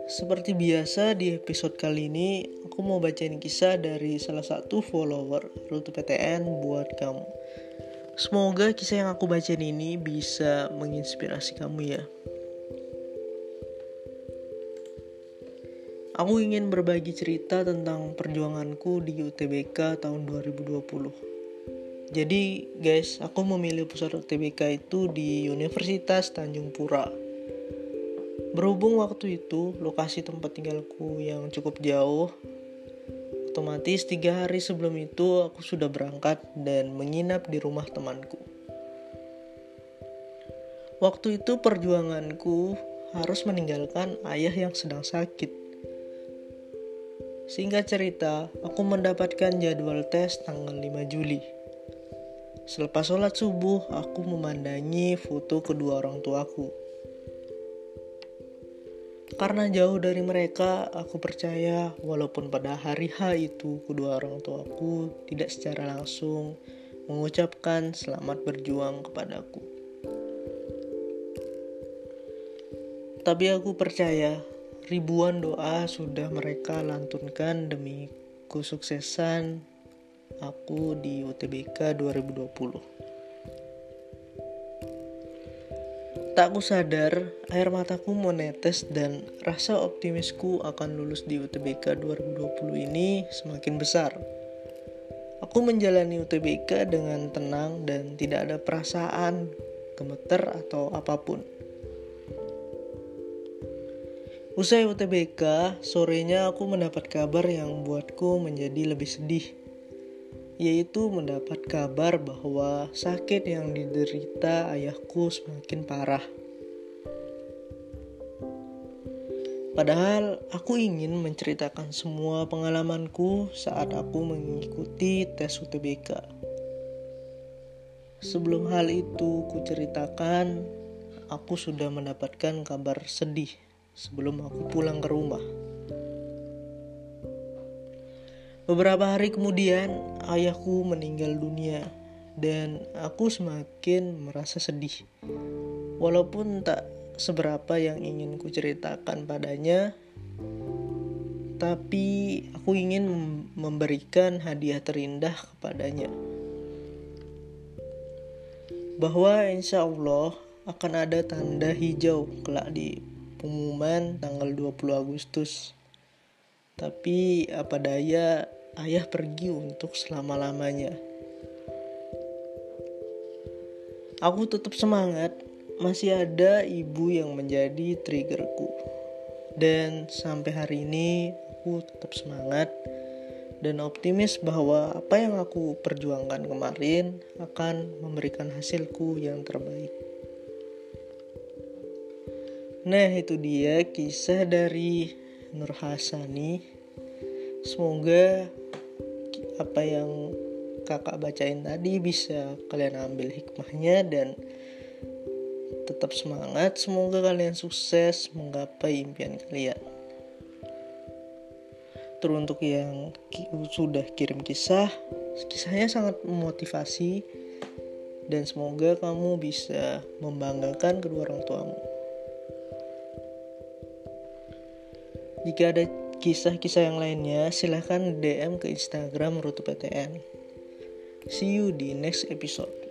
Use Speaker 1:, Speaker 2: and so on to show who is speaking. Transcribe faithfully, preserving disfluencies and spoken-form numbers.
Speaker 1: Seperti biasa di episode kali ini aku mau bacain kisah dari salah satu follower Rute P T N buat kamu. Semoga kisah yang aku bacain ini bisa menginspirasi kamu ya. Aku ingin berbagi cerita tentang perjuanganku di U T B K tahun dua ribu dua puluh. Jadi guys, aku memilih pusat U T B K itu di Universitas Tanjung Pura. Berhubung waktu itu lokasi tempat tinggalku yang cukup jauh, otomatis tiga hari sebelum itu aku sudah berangkat dan menginap di rumah temanku. Waktu itu perjuanganku harus meninggalkan ayah yang sedang sakit. Singkat cerita, aku mendapatkan jadwal tes tanggal lima Juli. Selepas sholat subuh, aku memandangi foto kedua orang tuaku. Karena jauh dari mereka, aku percaya walaupun pada hari H itu kedua orang tuaku tidak secara langsung mengucapkan selamat berjuang kepadaku. Tapi aku percaya ribuan doa sudah mereka lantunkan demi kesuksesan aku di U T B K dua ribu dua puluh. Tak ku sadar, air mataku menetes dan rasa optimisku akan lulus di U T B K dua ribu dua puluh ini semakin besar. Aku menjalani U T B K dengan tenang dan tidak ada perasaan gemeter atau apapun. Usai U T B K, sorenya aku mendapat kabar yang membuatku menjadi lebih sedih. Yaitu mendapat kabar bahwa sakit yang diderita ayahku semakin parah. Padahal aku ingin menceritakan semua pengalamanku saat aku mengikuti tes U T B K. Sebelum hal itu kuceritakan, aku sudah mendapatkan kabar sedih sebelum aku pulang ke rumah. Beberapa hari kemudian, ayahku meninggal dunia dan aku semakin merasa sedih. Walaupun tak seberapa yang ingin kuceritakan padanya, tapi aku ingin memberikan hadiah terindah kepadanya. Bahwa insya Allah akan ada tanda hijau kelak di pengumuman tanggal dua puluh Agustus. Tapi apa daya, ayah pergi untuk selama-lamanya. Aku tetap semangat, masih ada ibu yang menjadi triggerku. Dan sampai hari ini aku tetap semangat dan optimis bahwa apa yang aku perjuangkan kemarin akan memberikan hasilku yang terbaik. Nah, itu dia kisah dari Nur Hasani. Semoga apa yang kakak bacain tadi bisa kalian ambil hikmahnya dan tetap semangat. Semoga kalian sukses menggapai impian kalian. Teruntuk yang sudah kirim kisah, kisahnya sangat memotivasi dan semoga kamu bisa membanggakan kedua orang tuamu. Jika ada kisah-kisah yang lainnya, silahkan D M ke Instagram Rute P T N. See you di next episode.